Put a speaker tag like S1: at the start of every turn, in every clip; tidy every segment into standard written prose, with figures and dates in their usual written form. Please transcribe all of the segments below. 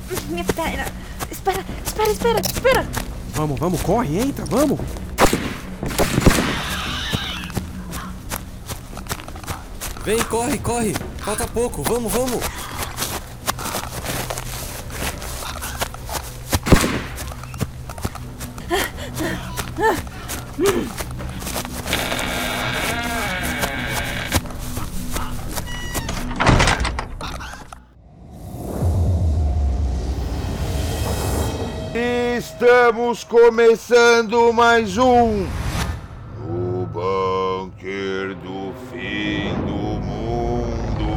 S1: Minha perna. Espera.
S2: Vamos, corre, entra, vamos.
S3: Vem, corre. Falta pouco, vamos.
S4: Estamos começando mais um O Bunker do Fim do Mundo.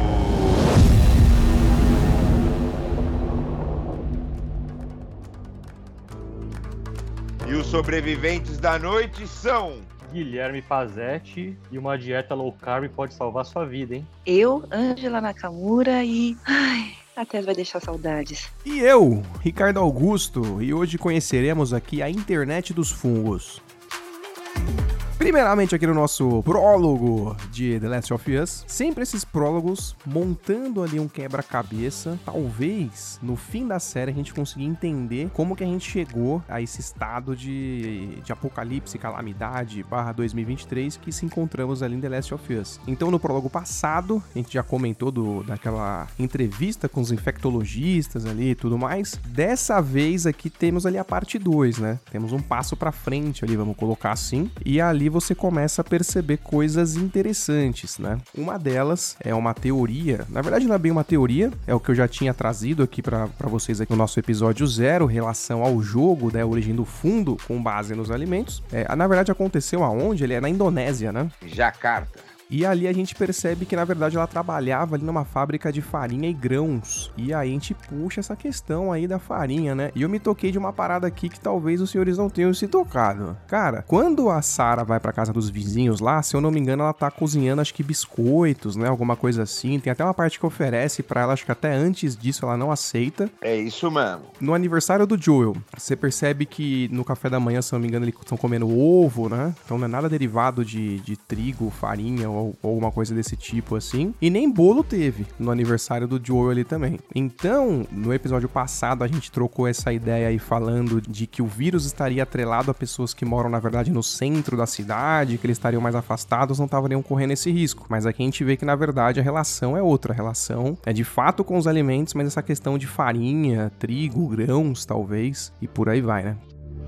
S4: E os sobreviventes da noite são
S5: Guilherme Pazetti, e uma dieta low carb pode salvar sua vida, hein?
S6: Eu, Ângela Nakamura e... a Tess vai deixar saudades.
S2: E eu, Ricardo Augusto, e hoje conheceremos aqui a internet dos fungos. Primeiramente aqui no nosso prólogo de The Last of Us, sempre esses prólogos montando ali um quebra-cabeça. Talvez no fim da série a gente consiga entender como que a gente chegou a esse estado de apocalipse, calamidade, /2023 que se encontramos ali em The Last of Us. Então no prólogo passado, a gente já comentou daquela entrevista com os infectologistas ali e tudo mais. Dessa vez aqui temos ali a parte 2, né? Temos um passo pra frente ali, vamos colocar assim, e ali você começa a perceber coisas interessantes, né? Uma delas é uma teoria, na verdade não é bem uma teoria, é o que eu já tinha trazido aqui pra vocês aqui no nosso episódio 0, relação ao jogo, né, a origem do fungo com base nos alimentos. Na verdade aconteceu aonde? Ele é na Indonésia, né?
S4: Jacarta.
S2: E ali a gente percebe que, na verdade, ela trabalhava ali numa fábrica de farinha e grãos. E aí a gente puxa essa questão aí da farinha, né? E eu me toquei de uma parada aqui que talvez os senhores não tenham se tocado. Cara, quando a Sarah vai pra casa dos vizinhos lá, se eu não me engano, ela tá cozinhando, acho que biscoitos, né? Alguma coisa assim. Tem até uma parte que oferece pra ela, acho que até antes disso ela não aceita.
S4: É isso mesmo.
S2: No aniversário do Joel, você percebe que no café da manhã, se eu não me engano, eles estão comendo ovo, né? Então não é nada derivado de trigo, farinha ou alguma coisa desse tipo assim. E nem bolo teve no aniversário do Joel ali também. Então, no episódio passado, a gente trocou essa ideia aí falando de que o vírus estaria atrelado a pessoas que moram, na verdade, no centro da cidade, que eles estariam mais afastados, não estariam correndo esse risco. Mas aqui a gente vê que, na verdade, a relação é outra. A relação é de fato com os alimentos, mas essa questão de farinha, trigo, grãos, talvez, e por aí vai, né?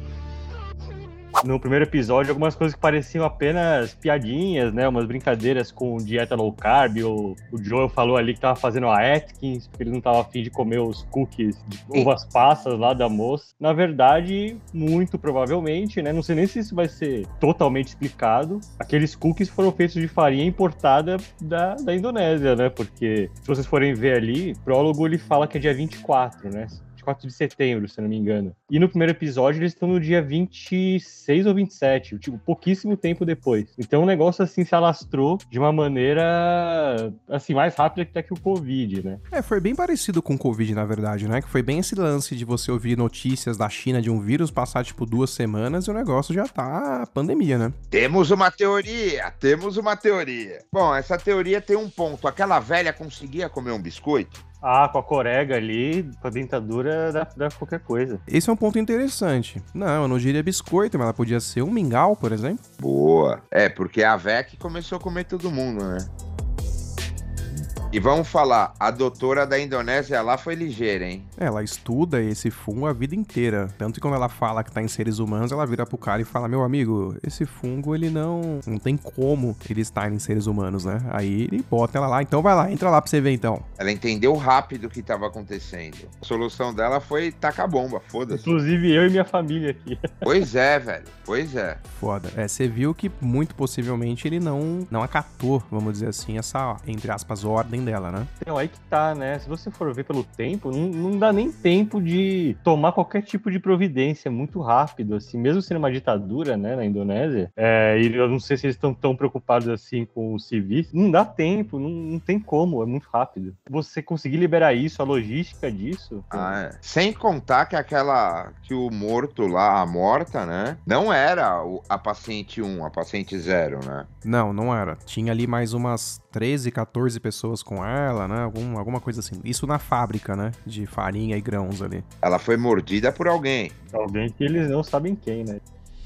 S5: No primeiro episódio, algumas coisas que pareciam apenas piadinhas, né? Umas brincadeiras com dieta low carb. O Joel falou ali que tava fazendo a Atkins, porque ele não tava afim de comer os cookies de uvas passas lá da moça. Na verdade, muito provavelmente, né? Não sei nem se isso vai ser totalmente explicado. Aqueles cookies foram feitos de farinha importada da Indonésia, né? Porque, se vocês forem ver ali, o prólogo ele fala que é dia 24, né? 4 de setembro, se eu não me engano. E no primeiro episódio eles estão no dia 26 ou 27, tipo, pouquíssimo tempo depois. Então o negócio, assim, se alastrou de uma maneira, assim, mais rápida que até que o Covid, né?
S2: Foi bem parecido com o Covid, na verdade, né? Que foi bem esse lance de você ouvir notícias da China de um vírus, passar, tipo, 2 semanas e o negócio já tá pandemia, né?
S4: Temos uma teoria. Bom, essa teoria tem um ponto. Aquela velha conseguia comer um biscoito?
S5: Ah, com a corega ali, com a dentadura, dá qualquer coisa.
S2: Esse é um ponto interessante. Não, eu não diria biscoito, mas ela podia ser um mingau, por exemplo.
S4: Boa. Porque a véia que começou a comer todo mundo, né? E vamos falar, a doutora da Indonésia lá foi ligeira, hein?
S2: Ela estuda esse fungo a vida inteira. Tanto que quando ela fala que tá em seres humanos, ela vira pro cara e fala: meu amigo, esse fungo, ele não tem como ele estar em seres humanos, né? Aí ele bota ela lá, então vai lá, entra lá pra você ver então.
S4: Ela entendeu rápido o que tava acontecendo. A solução dela foi tacar bomba, foda-se.
S5: Inclusive eu e minha família aqui.
S4: Pois é, velho, pois é.
S2: Foda. Você viu que muito possivelmente ele não acatou, vamos dizer assim, essa, entre aspas, ordem dela, né?
S5: Então, aí que tá, né? Se você for ver pelo tempo, não dá nem tempo de tomar qualquer tipo de providência muito rápido, assim, mesmo sendo uma ditadura, né, na Indonésia, e eu não sei se eles estão tão preocupados assim com os civis, não dá tempo, não tem como, é muito rápido. Você conseguir liberar isso, a logística disso...
S4: Sem contar que o morto lá, a morta, né, não era a paciente 1, a paciente 0, né?
S2: Não era. Tinha ali mais umas 13, 14 pessoas com com ela, né? Alguma coisa assim. Isso na fábrica, né? De farinha e grãos ali.
S4: Ela foi mordida por alguém.
S5: Alguém que eles não sabem quem, né?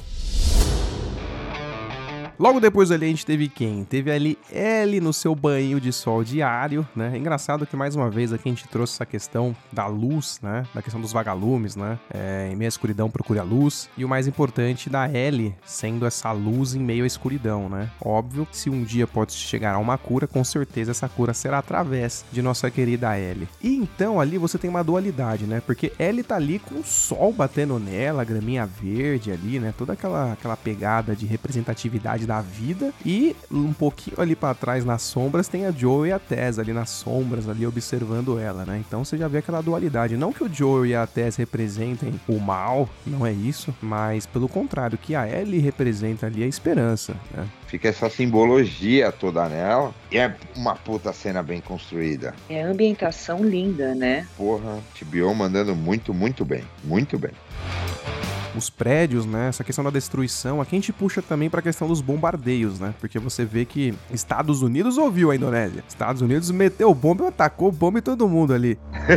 S2: Logo depois ali a gente teve quem? Teve ali Ellie no seu banho de sol diário, né? É engraçado que mais uma vez aqui a gente trouxe essa questão da luz, né? Da questão dos vagalumes, né? Em meio à escuridão procure a luz. E o mais importante da Ellie sendo essa luz em meio à escuridão, né? Óbvio que se um dia pode chegar a uma cura, com certeza essa cura será através de nossa querida Ellie. E então ali você tem uma dualidade, né? Porque Ellie tá ali com o sol batendo nela, a graminha verde ali, né? Toda aquela pegada de representatividade da vida, e um pouquinho ali pra trás nas sombras tem a Joel e a Tess ali nas sombras, ali observando ela, né? Então você já vê aquela dualidade, não que o Joel e a Tess representem o mal, não é isso, mas pelo contrário, que a Ellie representa ali a esperança, né?
S4: Fica essa simbologia toda nela. E é uma puta cena bem construída.
S6: É a ambientação linda, né?
S4: Porra, TBO mandando muito, muito bem. Muito bem.
S2: Os prédios, né, essa questão da destruição, aqui a gente puxa também pra questão dos bombardeios, né, porque você vê que Estados Unidos ouviu a Indonésia, Estados Unidos meteu bomba, atacou bomba em todo mundo ali.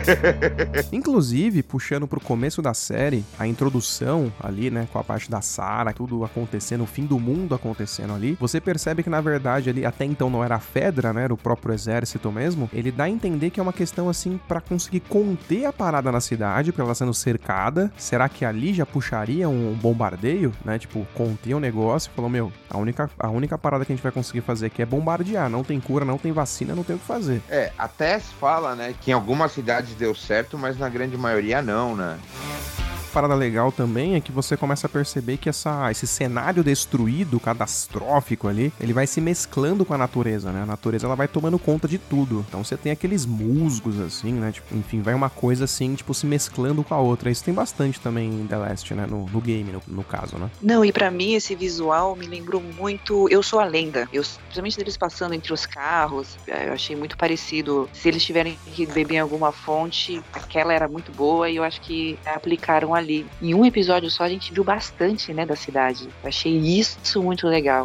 S2: Inclusive, puxando pro começo da série, a introdução ali, né, com a parte da Sarah, tudo acontecendo, o fim do mundo acontecendo ali, você percebe que na verdade ali, até então não era a Fedra, né, era o próprio exército mesmo, ele dá a entender que é uma questão assim, pra conseguir conter a parada na cidade, porque ela sendo cercada, será que ali já puxaria um bombardeio, né? Tipo, conter o negócio e falou, meu, a única parada que a gente vai conseguir fazer aqui é bombardear. Não tem cura, não tem vacina, não tem o que fazer.
S4: A Tess fala, né, que em algumas cidades deu certo, mas na grande maioria não, né?
S2: Parada legal também é que você começa a perceber que esse cenário destruído, catastrófico ali, ele vai se mesclando com a natureza, né? A natureza, ela vai tomando conta de tudo. Então você tem aqueles musgos, assim, né? Tipo, enfim, vai uma coisa assim, tipo, se mesclando com a outra. Isso tem bastante também em The Last, né? No game, no caso, né?
S6: Não, e pra mim esse visual me lembrou muito Eu Sou a Lenda. Principalmente deles passando entre os carros, eu achei muito parecido. Se eles tiverem que beber em alguma fonte, aquela era muito boa e eu acho que aplicaram ali. Em um episódio só a gente viu bastante, né, da cidade. Eu achei isso muito legal.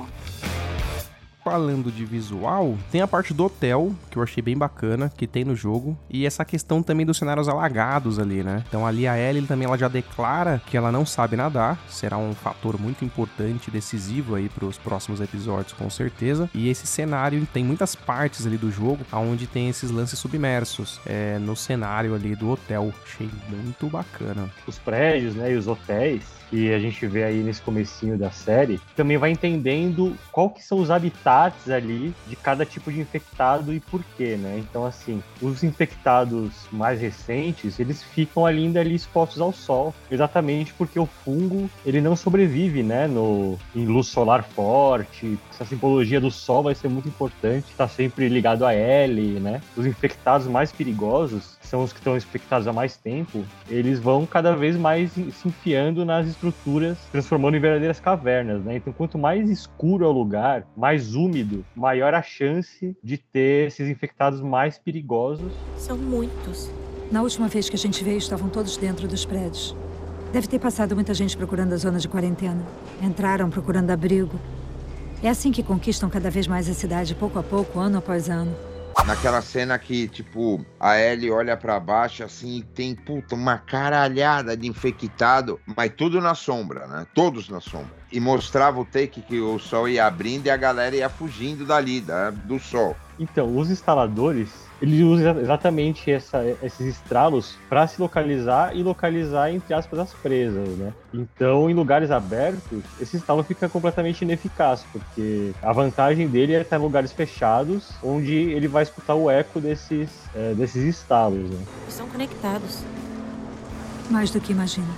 S2: Falando de visual, tem a parte do hotel, que eu achei bem bacana, que tem no jogo, e essa questão também dos cenários alagados ali, né? Então ali a Ellie também ela já declara que ela não sabe nadar, será um fator muito importante, decisivo aí pros próximos episódios, com certeza. E esse cenário tem muitas partes ali do jogo, onde tem esses lances submersos, no cenário ali do hotel. Achei muito bacana.
S5: Os prédios, né, e os hotéis, que a gente vê aí nesse comecinho da série, também vai entendendo qual que são os habitats ali de cada tipo de infectado e por quê, né? Então, assim, os infectados mais recentes, eles ficam ainda ali expostos ao sol, exatamente porque o fungo, ele não sobrevive, né, em luz solar forte. Essa simbologia do sol vai ser muito importante, tá sempre ligado a Ellie, né? Os infectados mais perigosos, que são os que estão infectados há mais tempo, eles vão cada vez mais se enfiando nas estruturas, transformando em verdadeiras cavernas, né? Então, quanto mais escuro é o lugar, mais úmido, maior a chance de ter esses infectados mais perigosos.
S7: São muitos.
S8: Na última vez que a gente veio, estavam todos dentro dos prédios. Deve ter passado muita gente procurando a zona de quarentena. Entraram procurando abrigo. É assim que conquistam cada vez mais a cidade, pouco a pouco, ano após ano.
S4: Naquela cena que, tipo, a Ellie olha pra baixo, assim, e tem, uma caralhada de infectado, mas tudo na sombra, né? Todos na sombra. E mostrava o take que o sol ia abrindo e a galera ia fugindo dali, do sol.
S5: Então, os instaladores, eles usam exatamente esses estralos para se localizar e localizar, entre aspas, as presas, né? Então, em lugares abertos, esse estalo fica completamente ineficaz, porque a vantagem dele é estar em lugares fechados, onde ele vai escutar o eco desses estalos, né?
S7: Estão conectados.
S8: Mais do que imagina.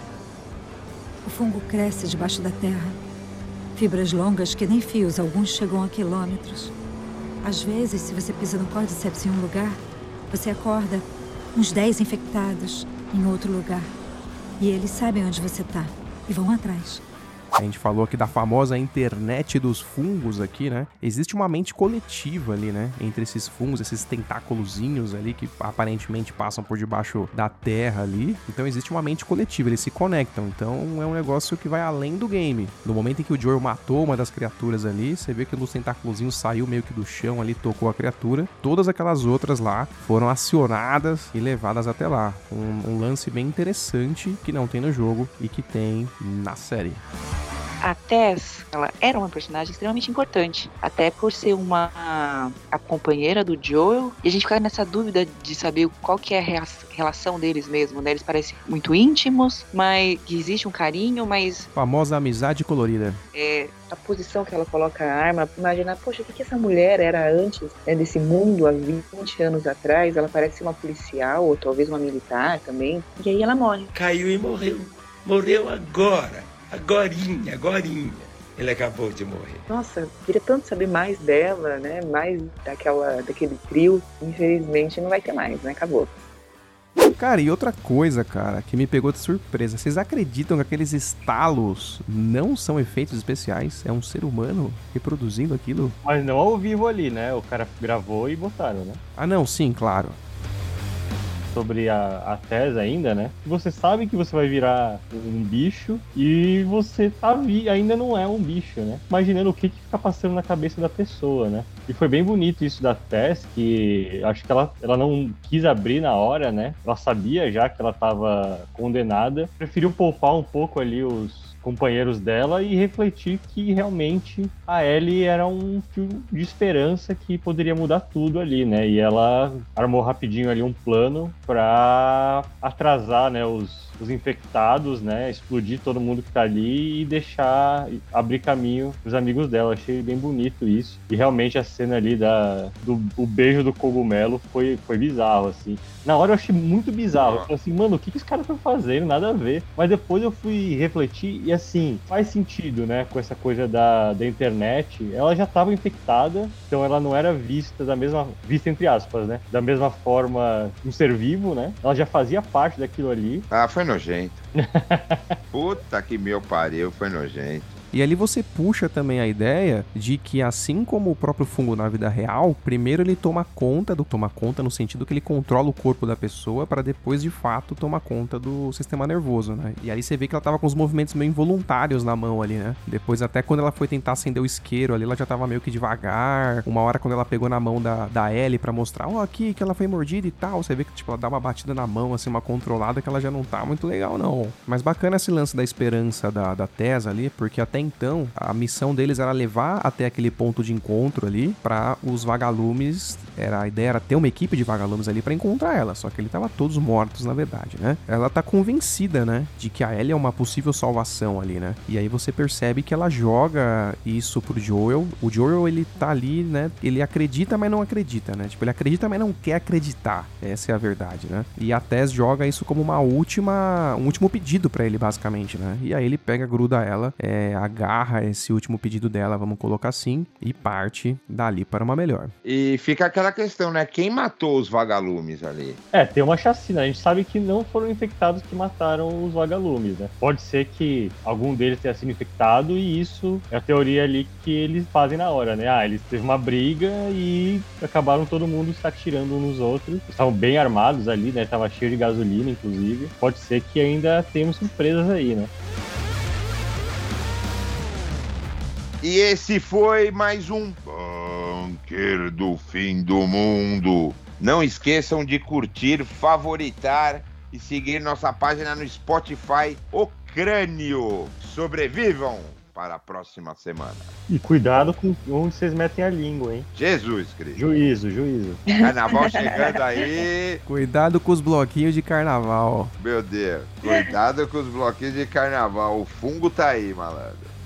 S8: O fungo cresce debaixo da terra. Fibras longas que nem fios, alguns chegam a quilômetros. Às vezes, se você pisa no Cordyceps em um lugar, você acorda uns 10 infectados em outro lugar. E eles sabem onde você está e vão atrás.
S2: A gente falou aqui da famosa internet dos fungos aqui, né? Existe uma mente coletiva ali, né? Entre esses fungos, esses tentáculozinhos ali que aparentemente passam por debaixo da terra ali. Então existe uma mente coletiva, eles se conectam. Então é um negócio que vai além do game. No momento em que o Joel matou uma das criaturas ali, você vê que um dos tentáculozinhos saiu meio que do chão ali, tocou a criatura. Todas aquelas outras lá foram acionadas e levadas até lá. Um lance bem interessante que não tem no jogo e que tem na série.
S6: A Tess, ela era uma personagem extremamente importante, até por ser a companheira do Joel, e a gente fica nessa dúvida de saber qual que é a relação deles mesmo, né? Eles parecem muito íntimos, mas que existe um carinho, mas...
S2: Famosa amizade colorida.
S6: A posição que ela coloca a arma, imaginar, poxa, o que essa mulher era antes, né, desse mundo há 20 anos atrás? Ela parece uma policial, ou talvez uma militar também, e aí ela morre.
S9: Caiu e morreu. Morreu agora. Agorinha. Ele acabou de morrer.
S6: Nossa, queria tanto saber mais dela, né? Mais daquele trio. Infelizmente não vai ter mais, né? Acabou.
S2: Cara, e outra coisa, cara, que me pegou de surpresa. Vocês acreditam que aqueles estalos não são efeitos especiais? É um ser humano reproduzindo aquilo?
S5: Mas não ao vivo ali, né? O cara gravou e botaram, né?
S2: Ah, não, sim, claro.
S5: Sobre a Tess ainda, né? Você sabe que você vai virar um bicho e você ainda não é um bicho, né? Imaginando o que fica passando na cabeça da pessoa, né? E foi bem bonito isso da Tess, que acho que ela não quis abrir na hora, né? Ela sabia já que ela estava condenada. Preferiu poupar um pouco ali os companheiros dela e refletir que realmente a Ellie era um fio de esperança que poderia mudar tudo ali, né? E ela armou rapidinho ali um plano para atrasar, né, os infectados, né, explodir todo mundo que tá ali e abrir caminho pros amigos dela. Achei bem bonito isso. E realmente a cena ali do beijo do cogumelo foi bizarro, assim. Na hora eu achei muito bizarro. Eu falei assim, mano, o que os caras estão fazendo? Nada a ver. Mas depois eu fui refletir e, assim, faz sentido, né, com essa coisa da internet. Ela já estava infectada, então ela não era vista entre aspas, né, da mesma forma um ser vivo, né? Ela já fazia parte daquilo ali.
S4: Ah, foi nojento. Puta que meu pariu, foi nojento.
S2: E ali você puxa também a ideia de que, assim como o próprio fungo na vida real, primeiro ele toma conta no sentido que ele controla o corpo da pessoa para depois, de fato, tomar conta do sistema nervoso, né? E aí você vê que ela tava com os movimentos meio involuntários na mão ali, né? Depois, até quando ela foi tentar acender o isqueiro ali, ela já tava meio que devagar. Uma hora, quando ela pegou na mão da Ellie pra mostrar, aqui, que ela foi mordida e tal, você vê que, tipo, ela dá uma batida na mão, assim, uma controlada, que ela já não tá muito legal, não. Mas bacana esse lance da esperança da Tess ali, porque até então, a missão deles era levar até aquele ponto de encontro ali para os vagalumes. A ideia era ter uma equipe de vagalumes ali para encontrar ela, só que ele tava todos mortos, na verdade, né? Ela tá convencida, né, de que a Ellie é uma possível salvação ali, né? E aí você percebe que ela joga isso pro Joel. O Joel, ele tá ali, né? Ele acredita, mas não acredita, né? Tipo, ele acredita, mas não quer acreditar. Essa é a verdade, né? E a Tess joga isso como um último pedido para ele, basicamente, né? E aí ele pega, gruda ela, agarra esse último pedido dela, vamos colocar assim, e parte dali para uma melhor.
S4: E fica aquela questão, né? Quem matou os vagalumes ali?
S5: Tem uma chacina. A gente sabe que não foram infectados que mataram os vagalumes, né? Pode ser que algum deles tenha sido infectado e isso é a teoria ali que eles fazem na hora, né? Eles teve uma briga e acabaram todo mundo se atirando uns nos outros. Eles estavam bem armados ali, né? Tava cheio de gasolina, inclusive. Pode ser que ainda tenhamos surpresas aí, né?
S4: E esse foi mais um Bunker do Fim do Mundo. Não esqueçam de curtir, favoritar e seguir nossa página no Spotify, O Crânio. Sobrevivam para a próxima semana.
S5: E cuidado com onde vocês metem a língua, hein?
S4: Jesus Cristo.
S5: Juízo.
S4: Carnaval chegando aí.
S2: Cuidado com os bloquinhos de carnaval.
S4: Meu Deus. Cuidado com os bloquinhos de carnaval. O fungo tá aí, malandro.